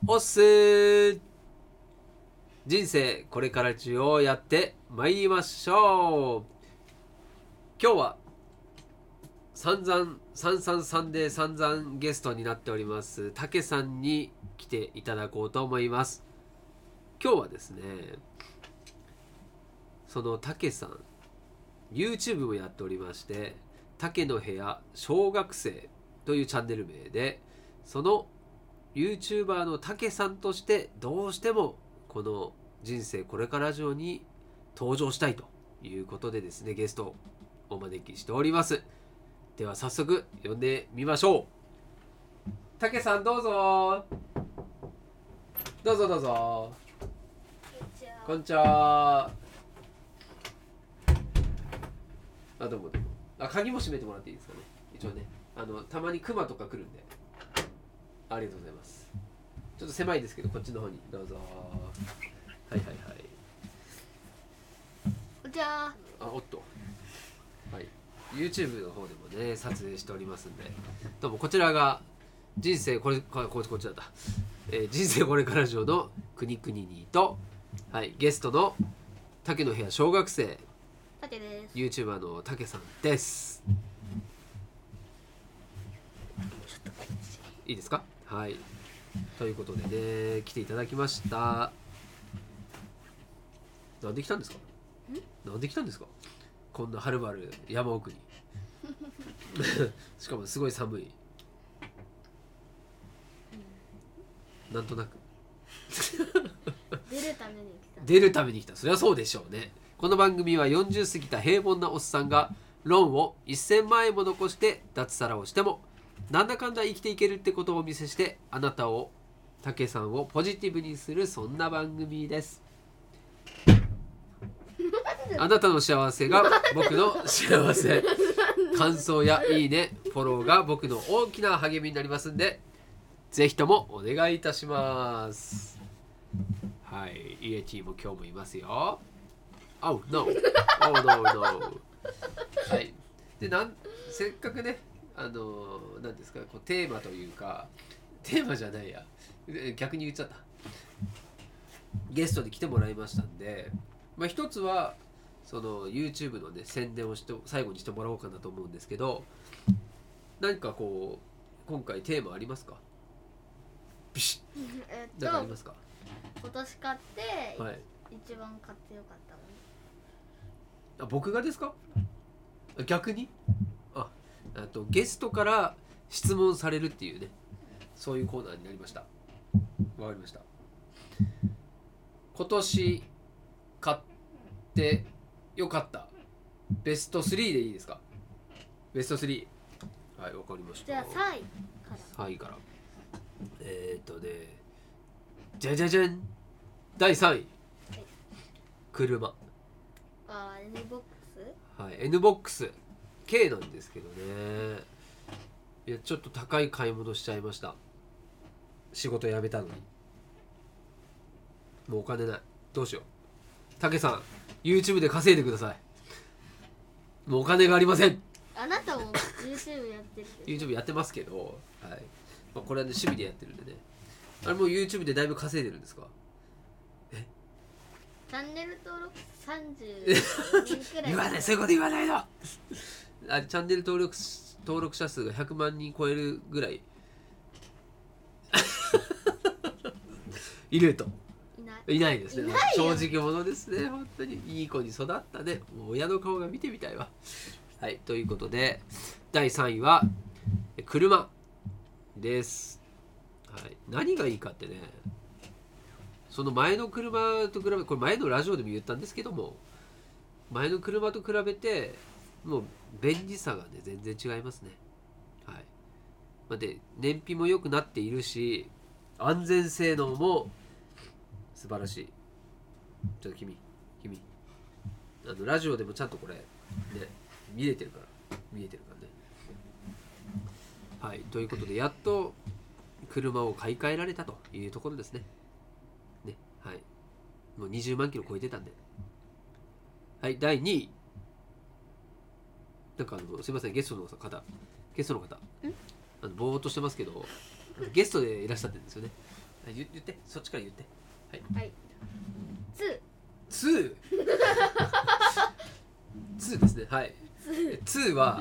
おっすー。人生これから中をやってまいりましょう。今日は散々で散々ゲストになっておりますたけさんに来ていただこうと思います。今日はですね、そのたけさん YouTube もやっておりまして、たけの部屋小学生というチャンネル名で、その YouTuber のたけさんとしてどうしてもこの人生これからラジオに登場したいということでですね、ゲストをお招きしております。では早速呼んでみましょう。たけさんどうぞどうぞどうぞ。こんにちは。あ、どうもどうも。あ、鍵も閉めてもらっていいですかね。一応ね、たまにクマとか来るんで。ありがとうございます。ちょっと狭いですけど、こっちの方にどうぞ。はいはいはい。 じゃあ、 おっと。はい。YouTube の方でもね、撮影しておりますんで。どうも、こちらが、人生こっちだった。人生これから上のくにくににと、はい、ゲストの竹の部屋小学生、 たけです。 YouTuber のたけさんです。いいですか？はい。ということでね、来ていただきました。なんで来たんですか？なんで来たんですか？こんなはるばる山奥に。しかもすごい寒い。なんとなく。 出るために来た。 出るために来た。そりゃそうでしょうね。この番組は40過ぎた平凡なおっさんがローンを1000万円も残して脱サラをしてもなんだかんだ生きていけるってことをお見せして、あなたを、たけさんをポジティブにする、そんな番組です。あなたの幸せが僕の幸せ。感想やいいね、フォローが僕の大きな励みになりますんで、ぜひともお願いいたします。はい、イエティも今日もいますよ。Oh no! Oh no no! はい。で、せっかくね、なんですか、こうテーマというか、テーマじゃないや、逆に言っちゃった。ゲストに来てもらいましたんで、まあ、一つは、その YouTube のね、宣伝をして最後にしてもらおうかなと思うんですけど、何かこう、今回テーマありますか？ビシッ何かありますか？ 今年買って、 はい。 一番買ってよかったもあ、僕がですか？逆にあとゲストから質問されるっていうね、そういうコーナーになりました。わかりました。今年買ってよかったベスト3でいいですか？ベスト3。はい、わかりました。 じゃあ3位から 3位からじゃじゃじゃん、第3位、 はい、 車。 N ボックス、 はい、N ボックス K なんですけどね。いや、ちょっと高い買い物しちゃいました。仕事辞めたのにもうお金ない。どうしよう。たけさん YouTube で稼いでください。もうお金がありません。 あなたも YouTube やってる YouTube やってますけど、はい、まあ、これはね趣味でやってるんでね。あれもう YouTube でだいぶ稼いでるんですか？ チャンネル登録30人くらい言わない、そういうこと言わないの。あ、チャンネル登録者数が100万人超えるぐらいいると。いないですね。正直者ですね。本当にいい子に育ったね。もう親の顔が見てみたいわ。はい、ということで第3位は車です。はい、何がいいかってね、その前の車と比べ、これ前のラジオでも言ったんですけども、前の車と比べてもう便利さがね全然違いますね。はい。で燃費も良くなっているし、安全性能も素晴らしい。ちょっと君ラジオでもちゃんとこれね見れてるからね。はい、ということでやっと車を買い替えられたというところですね。ね、はい。もう20万キロ超えてたんで。はい、第2位。なんかすいません、ゲストの方ぼーっとしてますけど、ゲストでいらっしゃってるんですよね。 言ってそっちから言って。 はい。 2 2ですね。はい。2は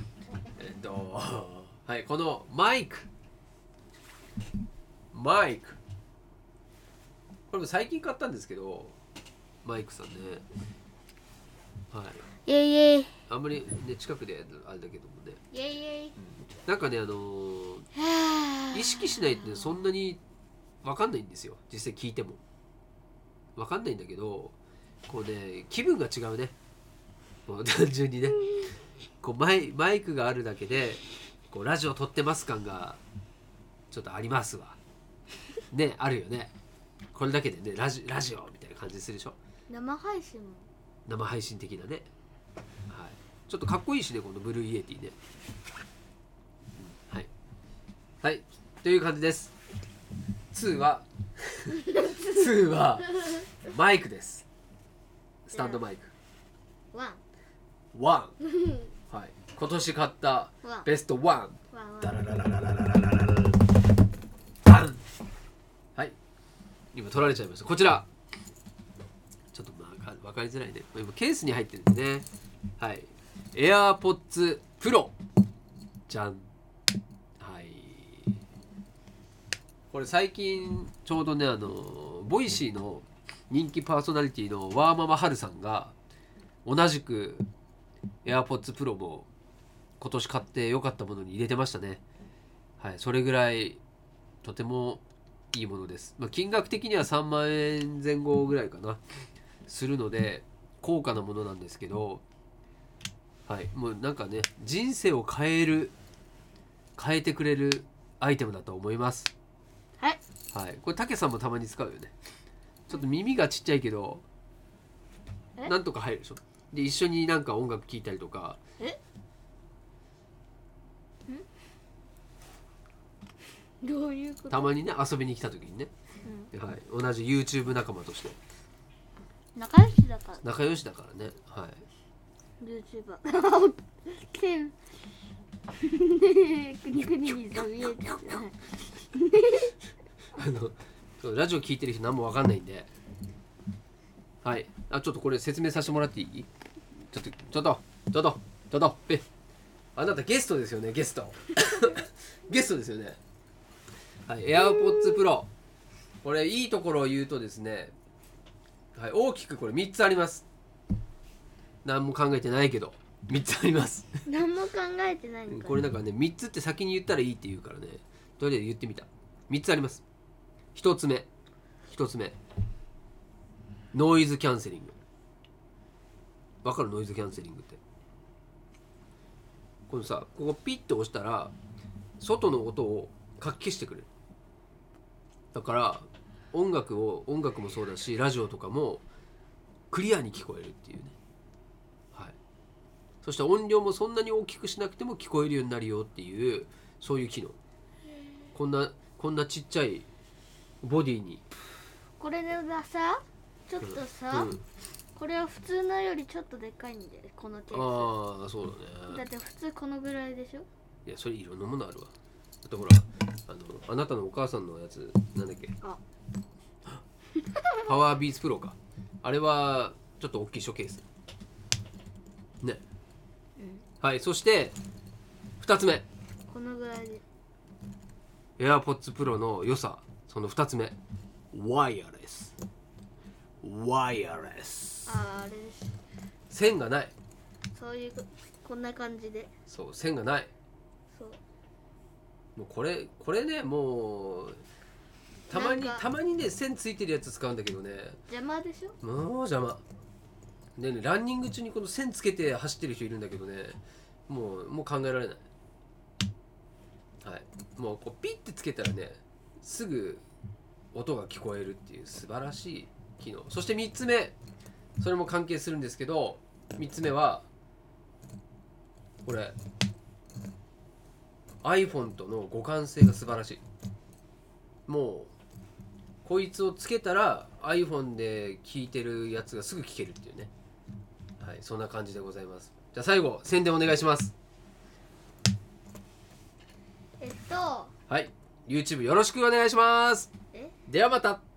はい、このマイクこれも最近買ったんですけど、マイクさんね。はい。 イエイイエイ。 あんまりね近くであれだけどもね。 イエイイエイ。 なんかね意識しないってそんなに分かんないんですよ。実際聞いても分かんないんだけど、こうね気分が違うね。もう単純にね、こうマイクがあるだけでこうラジオ撮ってます感がちょっとありますわ。ね、あるよね。これだけでねラジオみたいな感じするでしょ。 生配信も。 生配信的なね。はい。ちょっとかっこいいしね、このブルーイエティね。はい。はい。という感じです。2はマイクです。スタンドマイク。 ワン。 はい。今年買ったベストワン。ダララララララララララバン。はい。今取られちゃいました。こちら。ちょっとまあ分かりづらいね。今ケースに入ってるんでね。はい。AirPods Pro。じゃん。はい。これ最近ちょうどねボイシーの人気パーソナリティのワーママハルさんが同じく AirPods Pro も今年買って良かったものに入れてましたね。はい。それぐらいとてもいいものです。まあ、金額的には3万円前後ぐらいかなするので高価なものなんですけど、はい、もうなんかね人生を変えてくれるアイテムだと思います。 はい、 はい、これたけさんもたまに使うよね。ちょっと耳がちっちゃいけどなんとか入るでしょ。で一緒になんか音楽聴いたりとか。 どういうこと？ たまにね遊びに来た時にね、はい、同じ YouTube 仲間として仲良しだからね。はい。 YouTuber 国々にそびえてそうラジオ聞いてる人何も分かんないんで、はい。ちょっとこれ説明させてもらっていい？ちょっとあなたゲストですよね。ゲストですよね。はい、AirPods Pro これいいところを言うとですね、はい、大きくこれ3つあります。何も考えてないけど3つあります何も考えてないのか。 これなんかね3つって先に言ったらいいって言うからね、とりあえず言ってみた。3つあります。1つ目ノイズキャンセリング。わかる？ノイズキャンセリングってこのさ、ここピッと押したら外の音をかき消してくれる。だから音楽もそうだしラジオとかもクリアに聞こえるっていうね。はい。そして音量もそんなに大きくしなくても聞こえるようになるよっていう、そういう機能。こんなちっちゃいボディにこれでさちょっとさ、これは普通のよりちょっとでかいんでこのケース。 ああそうだね。 だって普通このぐらいでしょ。 いやそれいろんなものあるわ。あとほらあなたのお母さんのやつなんだっけパワービーツプロか。あれはちょっと大きいショーケースね。はい。そして2つ目このぐらいで AirPods Pro の良さ、その2つ目ワイヤレス。 あれです。 線がない。 そういうこんな感じで。 そう線がない。 そうもうこれね、もうたまにね線ついてるやつ使うんだけどね、 邪魔でしょ。 もう邪魔でね。ランニング中にこの線つけて走ってる人いるんだけどね、もう考えられない。はい。もうこうピッてつけたらねすぐ音が聞こえるっていう素晴らしい機能。そして3つ目、それも関係するんですけど、3つ目はこれ iPhone との互換性が素晴らしい。もうこいつをつけたら iPhone で聞いてるやつがすぐ聞けるっていうね。はい、そんな感じでございます。じゃあ最後宣伝お願いします。はい、YouTube よろしくお願いします。 ではまた。